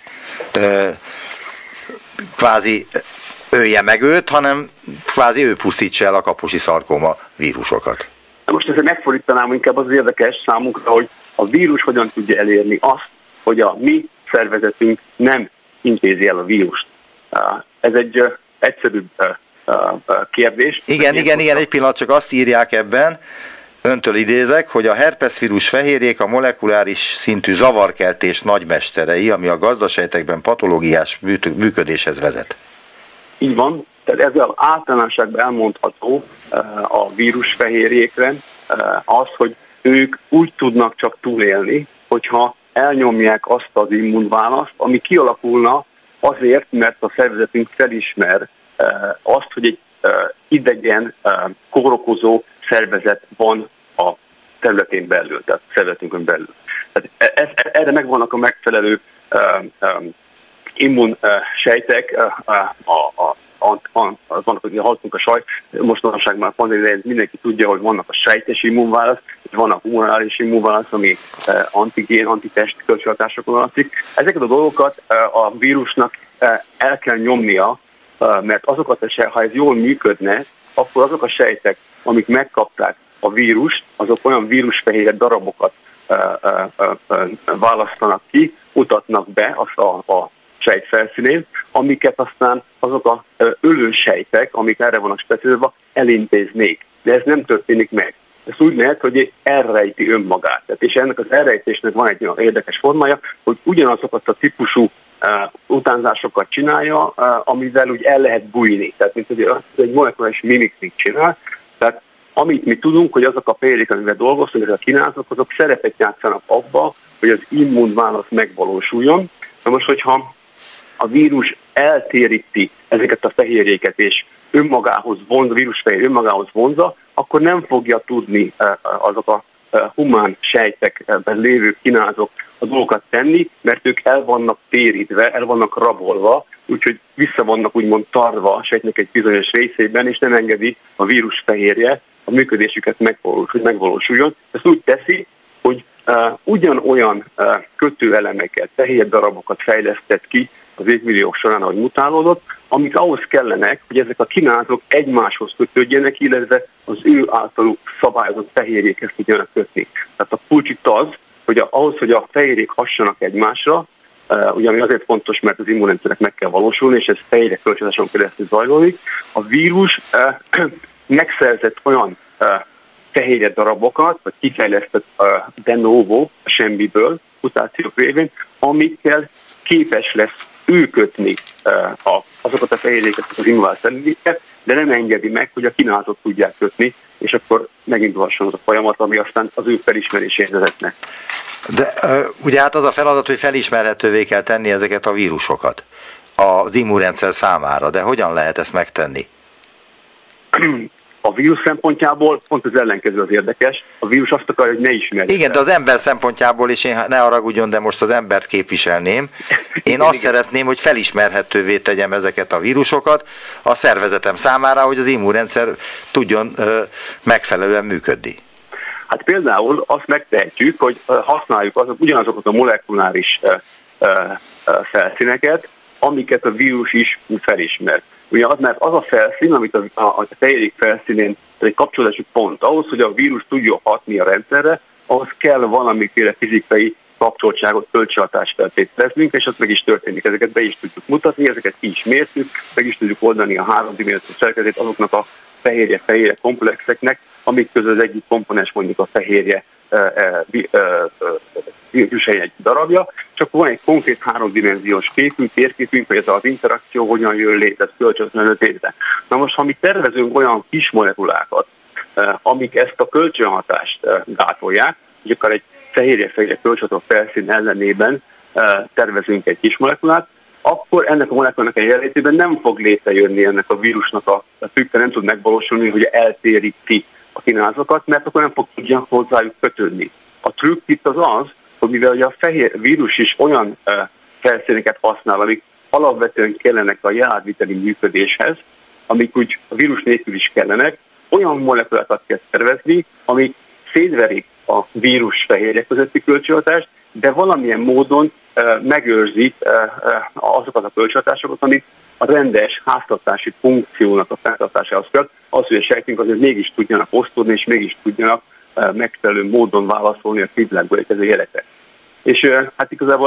kvázi ölje meg őt, hanem kvázi ő pusztítsa el a kaposi szarkóma vírusokat. Most ezzel megfordítanám inkább az érdekes számunkra, hogy a vírus hogyan tudja elérni azt, hogy a mi szervezetünk nem intézi el a vírust. Ez egy egyszerűbb kérdés. Igen, egy pillanat, csak azt írják ebben, öntől idézek, hogy a herpesvírus fehérjék a molekuláris szintű zavarkeltés nagymesterei, ami a gazdagsejtekben patológiás működéshez vezet. Így van, tehát ezzel általánosságban elmondható a vírusfehérjékre az, hogy ők úgy tudnak csak túlélni, hogyha elnyomják azt az immunválaszt, ami kialakulna azért, mert a szervezetünk felismer azt, hogy egy idegen kórokozó szervezet van a területén belül, tehát szervezetünkön belül. Tehát erre megvannak a megfelelő immunsejtek, vannak, hogy hallottunk a sajt, mostanság már pandémia, mindenki tudja, hogy vannak a sejtes immunválasz, és vannak a humorális immunválasz, ami antigén, antitest kölcsönhatásokon alapszik. Ezeket a dolgokat a vírusnak el kell nyomnia, mert azokat, ha ez jól működne, akkor azok a sejtek, amik megkapták a vírust, azok olyan vírusfehérje darabokat választanak ki, mutatnak be a sejt felszínén, amiket aztán azok a ölősejtek, amik erre vannak specializálva, elintéznék. De ez nem történik meg. Ez úgy lehet, hogy elrejti önmagát. És ennek az elrejtésnek van egy olyan érdekes formája, hogy ugyanazokat a típusú utánzásokat csinálja, amivel úgy el lehet bújni. Tehát mint egy molekuláris mimikrit csinál. Tehát amit mi tudunk, hogy azok a fehérjék, amivel dolgozunk, ezek a kínálatok, azok szerepet játszanak abba, hogy az immunválasz megvalósuljon. Na most, hogyha a vírus eltéríti ezeket a fehérjéket, és vírusfehérje önmagához vonza, akkor nem fogja tudni azok a humán sejtekben lévő kínálatok a dolgokat tenni, mert ők el vannak térítve, el vannak rabolva, úgyhogy vissza vannak úgymond tarva a sejtnek egy bizonyos részében, és nem engedi a vírusfehérje a működésüket megvalósuljon. Ezt úgy teszi, hogy ugyanolyan kötőelemeket, fehérjedarabokat fejlesztett ki az évmilliók során, ahogy mutálódott, amik ahhoz kellenek, hogy ezek a kínálatok egymáshoz kötődjenek, illetve az ő általuk szabályozott fehérjékhez tudjanak kötni. Tehát a kulcs itt az, hogy ahhoz, hogy a fehérjék hassanak egymásra, ugye ami azért fontos, mert az immunrendszernek meg kell valósulni, és ez fehérjék kölcsönhatáson keresztül zajlódik, a vírus megszerzett olyan fehérje darabokat, vagy kifejlesztett de novo, a semmiből, mutációk révén, amikkel képes lesz ő kötni azokat a fehérjéket, az immunválasz elindítják, de nem engedi meg, hogy a kínálatot tudják kötni, és akkor megindulhasson az a folyamat, ami aztán az ő felismeréséhez vezetne. De ugye hát az a feladat, hogy felismerhetővé kell tenni ezeket a vírusokat az immunrendszer számára, de hogyan lehet ezt megtenni? A vírus szempontjából pont az ellenkező az érdekes. A vírus azt akarja, hogy ne ismerjük. Igen, de az ember szempontjából is, én ne haragudjon, de most az embert képviselném. Én azt szeretném, hogy felismerhetővé tegyem ezeket a vírusokat a szervezetem számára, hogy az immunrendszer tudjon megfelelően működni. Hát például azt megtehetjük, hogy használjuk ugyanazokat a molekuláris felszíneket, amiket a vírus is felismer. Ugye mert az a felszín, amit a fehérjék felszínén, egy kapcsolási pont, ahhoz, hogy a vírus tudjon hatni a rendszerre, ahhoz kell valamiféle fizikai kapcsoltságot, kölcsönhatást feltételeznünk, és az meg is történik. Ezeket be is tudjuk mutatni, ezeket ki is mértük, meg is tudjuk oldani a háromdimenziós szerkezetét azoknak a fehérje komplexeknek, amik közül az egyik komponens mondjuk a fehérje vírusai egy darabja, csak van egy konkrét háromdimenziós képünk, térképünk, hogy ez az interakció hogyan jön létre, ez kölcsönösen létre. Na most, ha mi tervezünk olyan kis molekulákat, amik ezt a kölcsönhatást gátolják, hogy akár egy fehérje kölcsönható felszín ellenében tervezünk egy kis molekulát, akkor ennek a molekulának a jelenlétében nem fog létrejönni ennek a vírusnak a trükkje, nem tud megvalósulni, hogy eltéríti a kínálatokat, mert akkor nem fog tudja hozzájuk kötődni. A trükk itt az, hogy mivel a fehér vírus is olyan felszíneket használ, amik alapvetően kellenek a jelátviteli működéshez, amik úgy a vírus nélkül is kellenek, olyan molekulákat kell szervezni, amik szétverik a vírus fehérje közötti kölcsönhatást, de valamilyen módon megőrzik azokat a kölcsönhatásokat, amik a rendes háztartási funkciónak a fenntartásához kell, az, hogy a sejtünk azért mégis tudjanak osztódni, és mégis tudjanak megfelelő módon válaszolni a külvilágból érkező jelekre. És hát igazából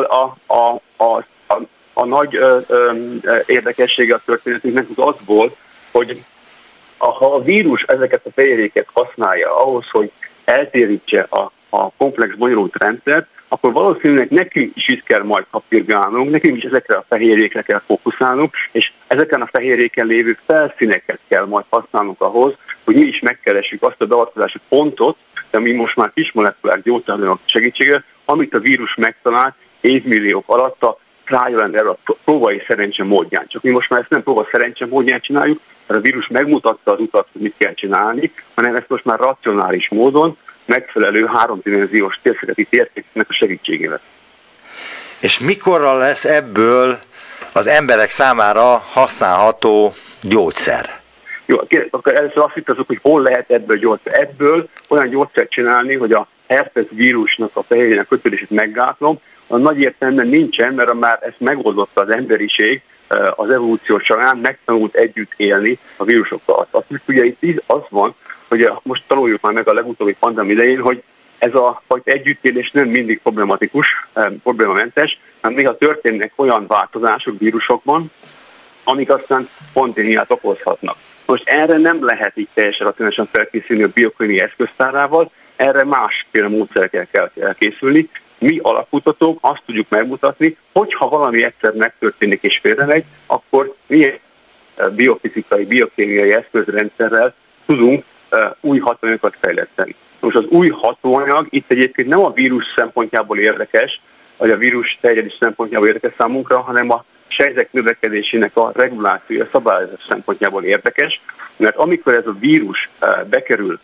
a nagy érdekessége a történetünknek az volt, hogy ha a vírus ezeket a fehérjéket használja ahhoz, hogy eltérítse a komplex bonyolult rendszert, akkor valószínűleg nekünk is itt kell majd kapirgálnunk, nekünk is ezekre a fehérjékre kell fókuszálnunk, és ezeken a fehérjéken lévő felszíneket kell majd használnunk ahhoz, hogy mi is megkeressük azt a beavatkozási pontot, de mi most már kis molekulák gyógyszertanulók segítségével, amit a vírus megtalált évmilliók alatt a trial and error, próbai szerencse módján. Csak mi most már ezt nem próba szerencse módján csináljuk, mert a vírus megmutatta az utat, hogy mit kell csinálni, hanem ezt most már racionális módon, megfelelő háromdimenziós térszegeti térképnek a segítségével. És mikorra lesz ebből az emberek számára használható gyógyszer? Jó, akkor először azt hittazok, hogy hol lehet ebből gyógyszer. Ebből olyan gyógyszert csinálni, hogy a herpes vírusnak a fehérjének kötődését meggátlom, a nagy értelemben nincsen, mert már ezt megoldotta az emberiség az evolúció során, megtanult együtt élni a vírusokkal. Azt ugye itt az van, hogy most tanuljuk már meg a legutóbbi pandémia idején, hogy ez a fajta együttélés nem mindig problémamentes, hanem néha történnek olyan változások vírusokban, amik aztán pandémiát okozhatnak. Most erre nem lehet így teljesen racionálisan felkészülni a biokémiai eszköztárával, erre másféle módszerekkel kell készülni. Mi alapkutatók azt tudjuk megmutatni, hogyha valami egyszer megtörténik és félremegy, akkor milyen biofizikai, biokémiai eszközrendszerrel tudunk új hatóanyagokat fejleszteni. Most az új hatóanyag itt egyébként nem a vírus szempontjából érdekes, vagy a vírus terjedés szempontjából érdekes számunkra, hanem a sejtek növekedésének a regulációja, a szabályozás szempontjából érdekes, mert amikor ez a vírus bekerül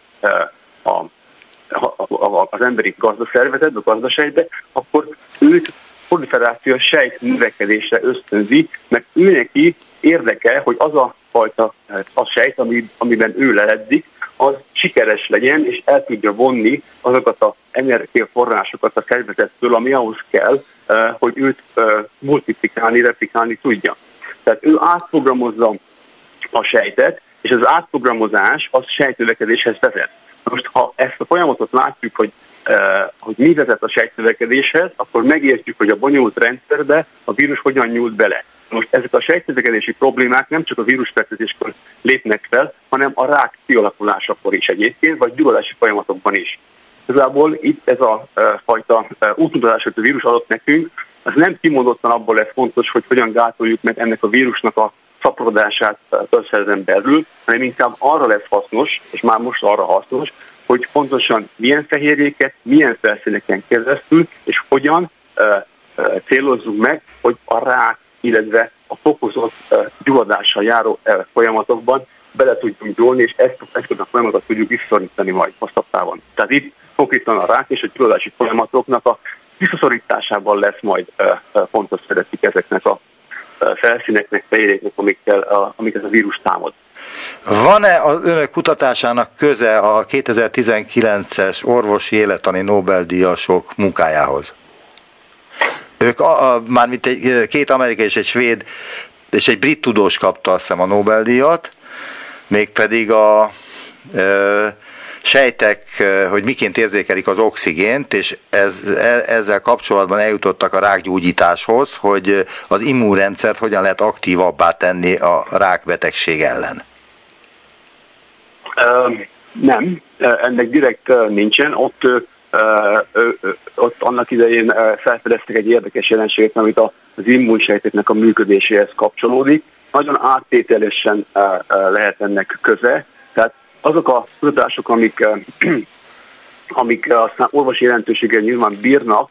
az emberi gazdaszervezetbe, a gazdaságba, akkor őt proliferáció sejt növekedésre ösztönzi, mert ő neki érdeke, hogy az a fajta a sejt, amiben ő leledzik, az sikeres legyen, és el tudja vonni azokat az energiaforrásokat a szervezettől, ami ahhoz kell, hogy őt multiplikálni, replikálni tudja. Tehát ő átprogramozza a sejtet, és az átprogramozás az sejtnövekedéshez vezet. Most, ha ezt a folyamatot látjuk, hogy mi vezet a sejtnövekedéshez, akkor megértjük, hogy a bonyolult rendszerbe a vírus hogyan nyúlt bele. Most ezek a sejtnövekedési problémák nem csak a vírusfertőzéskor lépnek fel, hanem a rák kialakulásakor is egyébként, vagy gyulladási folyamatokban is. Igazából itt ez a fajta útmutatás, hogy a vírus adott nekünk, az nem kimondottan abból lesz fontos, hogy hogyan gátoljuk meg ennek a vírusnak a szaporodását többszerzen belül, hanem inkább arra lesz hasznos, és már most arra hasznos, hogy pontosan milyen fehérjéket, milyen felszíneken keresztül, és hogyan célozzunk meg, hogy a rák, illetve a fokozott gyulladással járó folyamatokban bele tudjunk gyúlni, és ezt a folyamatot tudjuk visszaszorítani majd hosszabb távon. Tehát itt konkrétan a rák és a gyulladási folyamatoknak a visszaszorításában lesz majd fontos szerepük ezeknek a felszíneknek, fehérjéknek, amiket a vírus támad. Van-e az önök kutatásának köze a 2019-es orvosi élettani Nobel-díjasok munkájához? Ők mármint két amerikai és egy svéd és egy brit tudós kapta azt hiszem a Nobel-díjat, mégpedig a sejtek, hogy miként érzékelik az oxigént, és ezzel kapcsolatban eljutottak a rákgyógyításhoz, hogy az immunrendszert hogyan lehet aktívabbá tenni a rákbetegség ellen. Nem, ennek direkt nincsen. Ott annak idején felfedeztek egy érdekes jelenséget, amit az immunsejteknek a működéséhez kapcsolódik. Nagyon áttételesen lehet ennek köze. Tehát azok a kutatások, amik aztán orvosi jelentőséggel nyilván bírnak,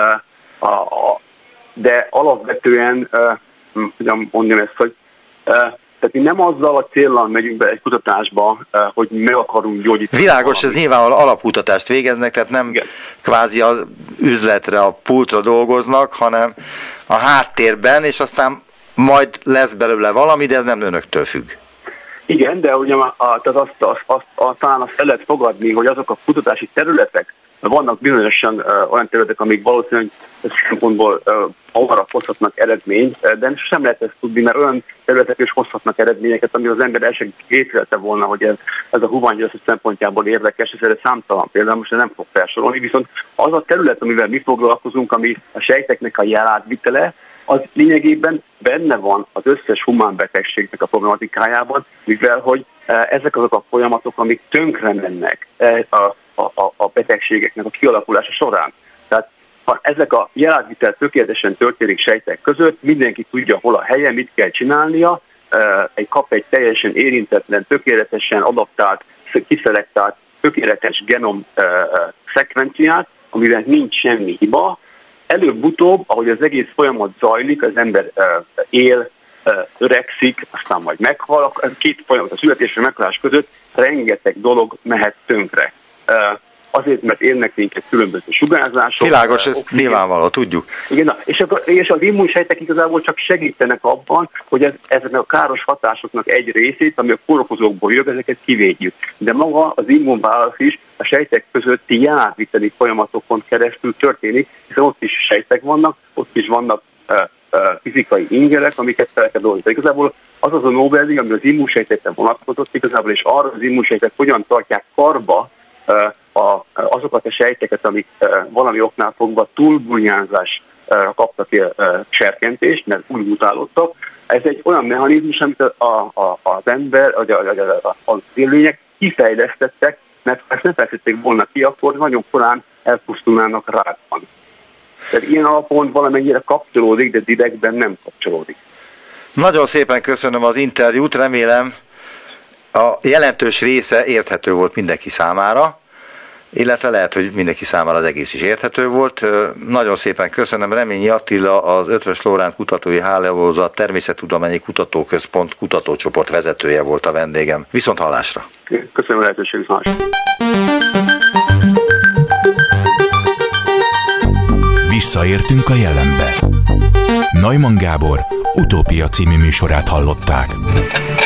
de alapvetően, hogyan mondjam ezt, hogy tehát mi nem azzal a céllal megyünk be egy kutatásba, hogy meg akarunk gyógyítani. Világos, ez nyilván alapkutatást végeznek, tehát nem igen. Kvázi az üzletre, a pultra dolgoznak, hanem a háttérben, és aztán majd lesz belőle valami, de ez nem önöktől függ. Igen, de ugye talán azt el lehet fogadni, hogy azok a kutatási területek, vannak bizonyosan olyan területek, amik valószínűleg szempontból hamarabb hozhatnak eredményt, de sem lehet ezt tudni, mert olyan területek is hozhatnak eredményeket, amire az ember el sem képzelte volna, hogy ez a huványgyógyászat szempontjából érdekes, és erre számtalan például most nem fog felsorolni, viszont az a terület, amivel mi foglalkozunk, ami a sejteknek a jelátvitele, az lényegében benne van az összes humán betegségnek a problematikájában, mivel hogy ezek azok a folyamatok, amik tönkre mennek a betegségeknek a kialakulása során. Tehát ha ezek a jelátvitel tökéletesen történik sejtek között, mindenki tudja, hol a helye, mit kell csinálnia, kap egy teljesen érintetlen, tökéletesen adaptált, kiszelektált, tökéletes genom szekvenciát, amiben nincs semmi hiba. Előbb-utóbb, ahogy az egész folyamat zajlik, az ember él, öregszik, aztán majd meghal, a két folyamat, a születés és a meghalás között rengeteg dolog mehet tönkre. azért, mert érnek minket különböző sugárzások. Világos, ez nyilvánvaló, tudjuk. Igen, és az immunsejtek igazából csak segítenek abban, hogy ezeknek a káros hatásoknak egy részét, ami a kórokozókból jön, ezeket kivédjük. De maga az immunválasz is a sejtek közötti járviteli folyamatokon keresztül történik, hiszen ott is sejtek vannak, ott is vannak fizikai ingerek, amiket fel kell dolgozni. Igazából az a Nobel-díj, ami az immunsejtekre vonatkozott igazából, és arra az immunsejtek hogyan tartják karba azokat a sejteket, amik valami oknál fogva túlburjánzásra kaptak serkentést, mert úgy mutálódtak. Ez egy olyan mechanizmus, amit az ember, az élőlények kifejlesztettek, mert ha ezt nem fejlesztették volna ki, akkor nagyon korán elpusztulnának rákban. Tehát ilyen alapon valamennyire kapcsolódik, de direktben nem kapcsolódik. Nagyon szépen köszönöm az interjút, remélem a jelentős része érthető volt mindenki számára, illetve lehet, hogy mindenki számára az egész is érthető volt. Nagyon szépen köszönöm. Reményi Attila, az Eötvös Loránd Kutatói Hálózat Természettudományi Kutatóközpont kutatócsoport vezetője volt a vendégem. Viszont hallásra! Köszönöm a lehetőséget. Visszaértünk a jelenbe. Neumann Gábor Utópia című műsorát hallották.